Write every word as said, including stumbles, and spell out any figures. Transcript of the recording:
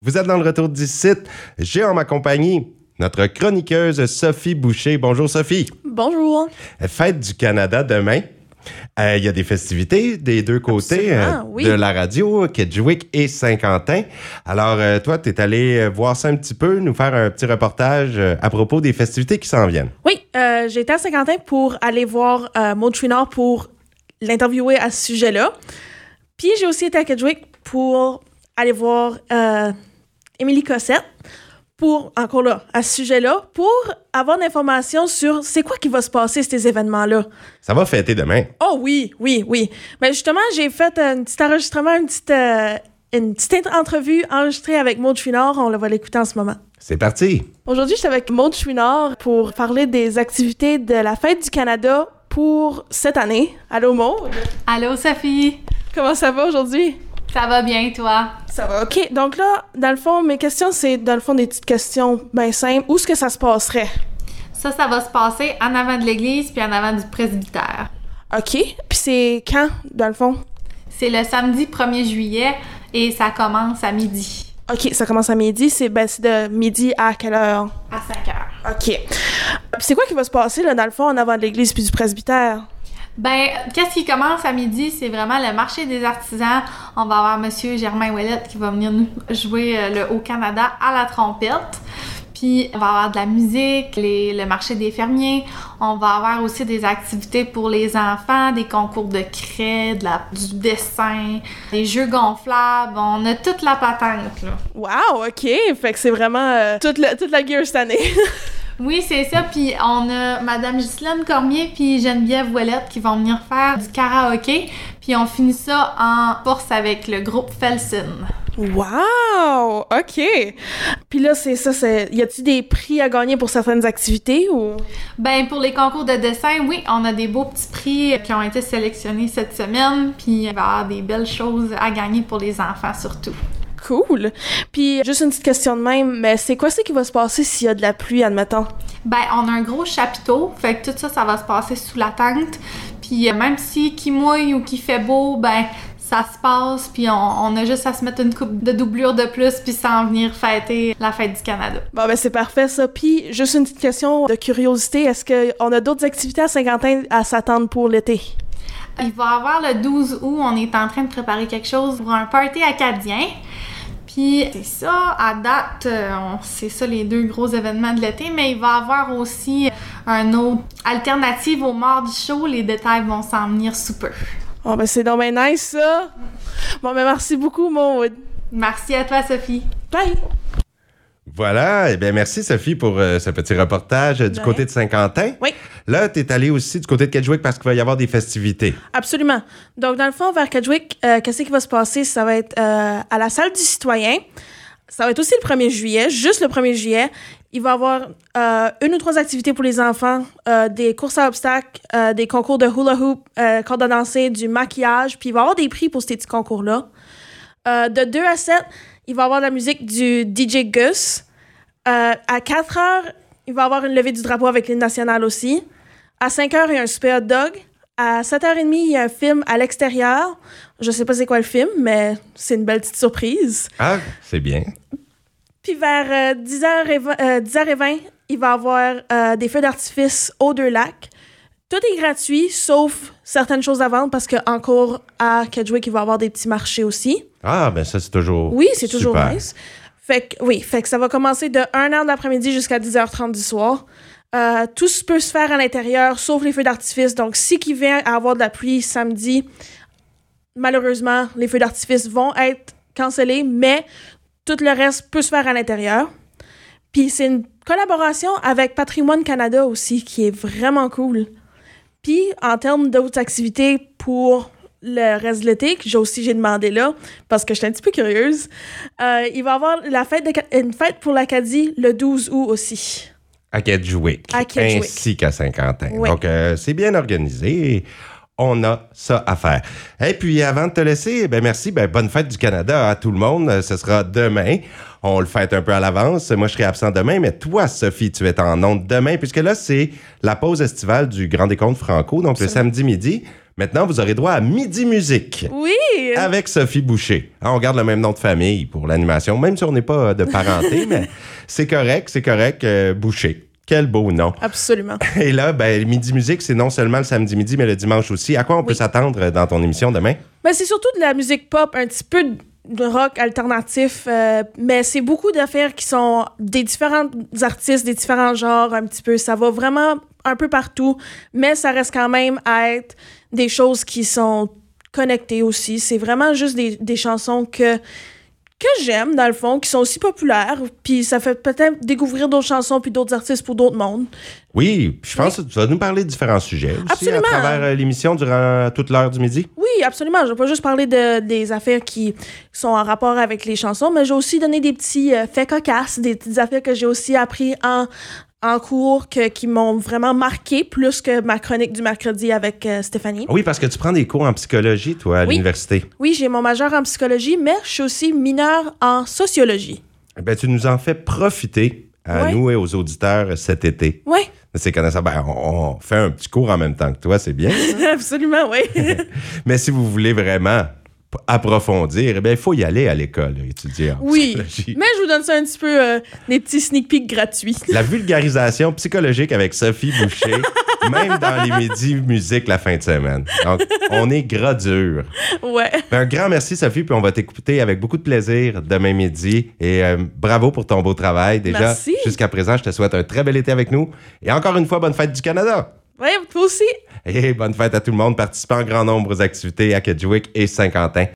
Vous êtes dans le retour d'ici. J'ai en ma compagnie notre chroniqueuse Sophie Boucher. Bonjour Sophie. Bonjour. Fête du Canada demain. Il euh, y a des festivités des deux côtés euh, oui. de la radio, Kedgewick et Saint-Quentin. Alors, euh, toi, tu es allé voir ça un petit peu, nous faire un petit reportage euh, à propos des festivités qui s'en viennent. Oui, euh, j'ai été à Saint-Quentin pour aller voir euh, Maud Chouinard pour l'interviewer à ce sujet-là. Puis j'ai aussi été à Kedgewick pour aller voir euh, Émilie Cossette pour, encore là, à ce sujet-là, pour avoir l'information sur c'est quoi qui va se passer, ces événements-là. Ça va fêter demain. Oh oui, oui, oui. Mais justement, j'ai fait un petit enregistrement, une petite, euh, une petite entrevue enregistrée avec Maud Chouinard. On la va l'écouter en ce moment. C'est parti. Aujourd'hui, je suis avec Maud Chouinard pour parler des activités de la Fête du Canada pour cette année. Allô, Maud? Allô, Sophie? Comment ça va aujourd'hui? Ça va bien, toi? Ça va. OK, donc là, dans le fond, mes questions, c'est dans le fond des petites questions bien simples. Où est-ce que ça se passerait? Ça, ça va se passer en avant de l'église puis en avant du presbytère. OK. Puis c'est quand, dans le fond? C'est le samedi premier juillet et ça commence à midi. OK, ça commence à midi. C'est, ben, c'est de midi à quelle heure? À cinq heures. OK. Puis c'est quoi qui va se passer, là, dans le fond, en avant de l'église puis du presbytère? Ben, qu'est-ce qui commence à midi? C'est vraiment le marché des artisans. On va avoir Monsieur Germain Ouellette qui va venir nous jouer euh, le Haut-Canada à la trompette. Puis, on va avoir de la musique, les, le marché des fermiers. On va avoir aussi des activités pour les enfants, des concours de craie, de la, du dessin, des jeux gonflables. On a toute la patente, là. Wow, OK. Fait que c'est vraiment euh, toute, la, toute la gear cette année. Oui, c'est ça. Puis on a Madame Ghislaine Cormier puis Geneviève Ouellette qui vont venir faire du karaoké. Puis on finit ça en force avec le groupe Felsen. Wow! OK. Puis là, c'est ça, c'est... Y a-t-il des prix à gagner pour certaines activités ou... Ben, pour les concours de dessin, oui, on a des beaux petits prix qui ont été sélectionnés cette semaine. Puis il va y avoir des belles choses à gagner pour les enfants surtout. Cool. Puis, juste une petite question de même, mais c'est quoi c'est qui va se passer s'il y a de la pluie, admettons? Ben, on a un gros chapiteau, fait que tout ça, ça va se passer sous la tente. Puis, même si qu'il mouille ou qu'il fait beau, ben, ça se passe, puis on, on a juste à se mettre une coupe de doublure de plus, puis s'en venir fêter la Fête du Canada. Bon, ben, c'est parfait, ça. Puis, juste une petite question de curiosité, est-ce qu'on a d'autres activités à Saint-Quentin à s'attendre pour l'été? Il va y avoir le douze août, on est en train de préparer quelque chose pour un party acadien. Puis c'est ça, à date, on, c'est ça les deux gros événements de l'été, mais il va y avoir aussi un autre alternative au Mardi Show. Les détails vont s'en venir sous peu. Oh, ben c'est donc bien nice, ça! Bon, ben merci beaucoup, Maud. Merci à toi, Sophie. Bye! Voilà, eh bien merci Sophie pour euh, ce petit reportage euh, du ouais. côté de Saint-Quentin. Oui. Là, tu es allée aussi du côté de Kedgewick parce qu'il va y avoir des festivités. Absolument. Donc, dans le fond, vers Kedgewick, euh, qu'est-ce qui va se passer? Ça va être euh, à la salle du citoyen. Ça va être aussi le premier juillet, juste le premier juillet. Il va y avoir euh, une ou trois activités pour les enfants, euh, des courses à obstacles, euh, des concours de hula hoop, euh, corde à danser, du maquillage. Puis il va y avoir des prix pour ces petits concours-là. Euh, de deux à sept, il va y avoir de la musique du D J Gus. Euh, à quatre heures, il va y avoir une levée du drapeau avec l'hymne national aussi. À cinq heures, il y a un super hot dog. À sept heures trente, il y a un film à l'extérieur. Je sais pas c'est quoi le film, mais c'est une belle petite surprise. Ah, c'est bien. Puis vers euh, dix heures vingt, il va y avoir euh, des feux d'artifice aux deux lacs. Tout est gratuit, sauf certaines choses à vendre, parce qu'encore à Kedgewick, il va y avoir des petits marchés aussi. Ah, ben ça, c'est toujours Oui, c'est toujours super. nice. Fait que, oui, fait que ça va commencer de une heure de l'après-midi jusqu'à dix heures trente du soir. Euh, tout peut se faire à l'intérieur, sauf les feux d'artifice. Donc, si qui vient à avoir de la pluie samedi, malheureusement, les feux d'artifice vont être cancellés, mais tout le reste peut se faire à l'intérieur. Puis, c'est une collaboration avec Patrimoine Canada aussi, qui est vraiment cool. Puis, en termes d'autres activités pour le reste de l'été, que j'ai aussi j'ai demandé là, parce que j'étais un petit peu curieuse, euh, il va y avoir la fête de, une fête pour l'Acadie le douze août aussi. À Kedgewick. À Kedgewick. Ainsi qu'à Saint-Quentin. Oui. Donc, euh, c'est bien organisé et on a ça à faire. Et puis, avant de te laisser, ben merci, ben bonne fête du Canada à tout le monde. Ce sera demain. On le fête un peu à l'avance. Moi, je serai absent demain, mais toi, Sophie, tu es en ondes demain, puisque là, c'est la pause estivale du Grand Décompte Franco, donc Absolument. Le samedi midi. Maintenant, vous aurez droit à Midi Musique. Oui! Avec Sophie Boucher. Hein, on garde le même nom de famille pour l'animation, même si on n'est pas de parenté, mais c'est correct, c'est correct, euh, Boucher. Quel beau nom. Absolument. Et là, ben, Midi Musique, c'est non seulement le samedi midi, mais le dimanche aussi. À quoi on oui. peut s'attendre dans ton émission demain? Ben, c'est surtout de la musique pop, un petit peu de rock alternatif, euh, mais c'est beaucoup d'affaires qui sont des différents artistes, des différents genres, un petit peu. Ça va vraiment un peu partout, mais ça reste quand même à être des choses qui sont connectées aussi. C'est vraiment juste des, des chansons que, que j'aime, dans le fond, qui sont aussi populaires, puis ça fait peut-être découvrir d'autres chansons puis d'autres artistes pour d'autres mondes. Oui, je pense oui. que tu vas nous parler de différents sujets aussi absolument. À travers euh, l'émission durant toute l'heure du midi. Oui, absolument. Je ne vais pas juste parler de, des affaires qui sont en rapport avec les chansons, mais j'ai aussi donné des petits euh, faits cocasses, des petites affaires que j'ai aussi appris en, en cours que, qui m'ont vraiment marqué, plus que ma chronique du mercredi avec euh, Stéphanie. Oui, parce que tu prends des cours en psychologie, toi, à oui. l'université. Oui, j'ai mon majeur en psychologie, mais je suis aussi mineure en sociologie. Ben, tu nous en fais profiter à oui. nous et aux auditeurs cet été. Oui. C'est connaissant. Ben, on, on fait un petit cours en même temps que toi, c'est bien. Absolument, oui. Mais si vous voulez vraiment approfondir, eh bien, il faut y aller à l'école, étudier en oui, psychologie. Mais je vous donne ça un petit peu, euh, des petits sneak peeks gratuits. La vulgarisation psychologique avec Sophie Boucher, même dans les midis musique la fin de semaine. Donc, on est gras dur. Ouais. Un grand merci, Sophie, puis on va t'écouter avec beaucoup de plaisir demain midi. Et euh, bravo pour ton beau travail. Déjà, merci. Jusqu'à présent, je te souhaite un très bel été avec nous. Et encore une fois, bonne fête du Canada. Oui, toi aussi. Et bonne fête à tout le monde participant en grand nombre aux activités à Kedgewick et Saint-Quentin.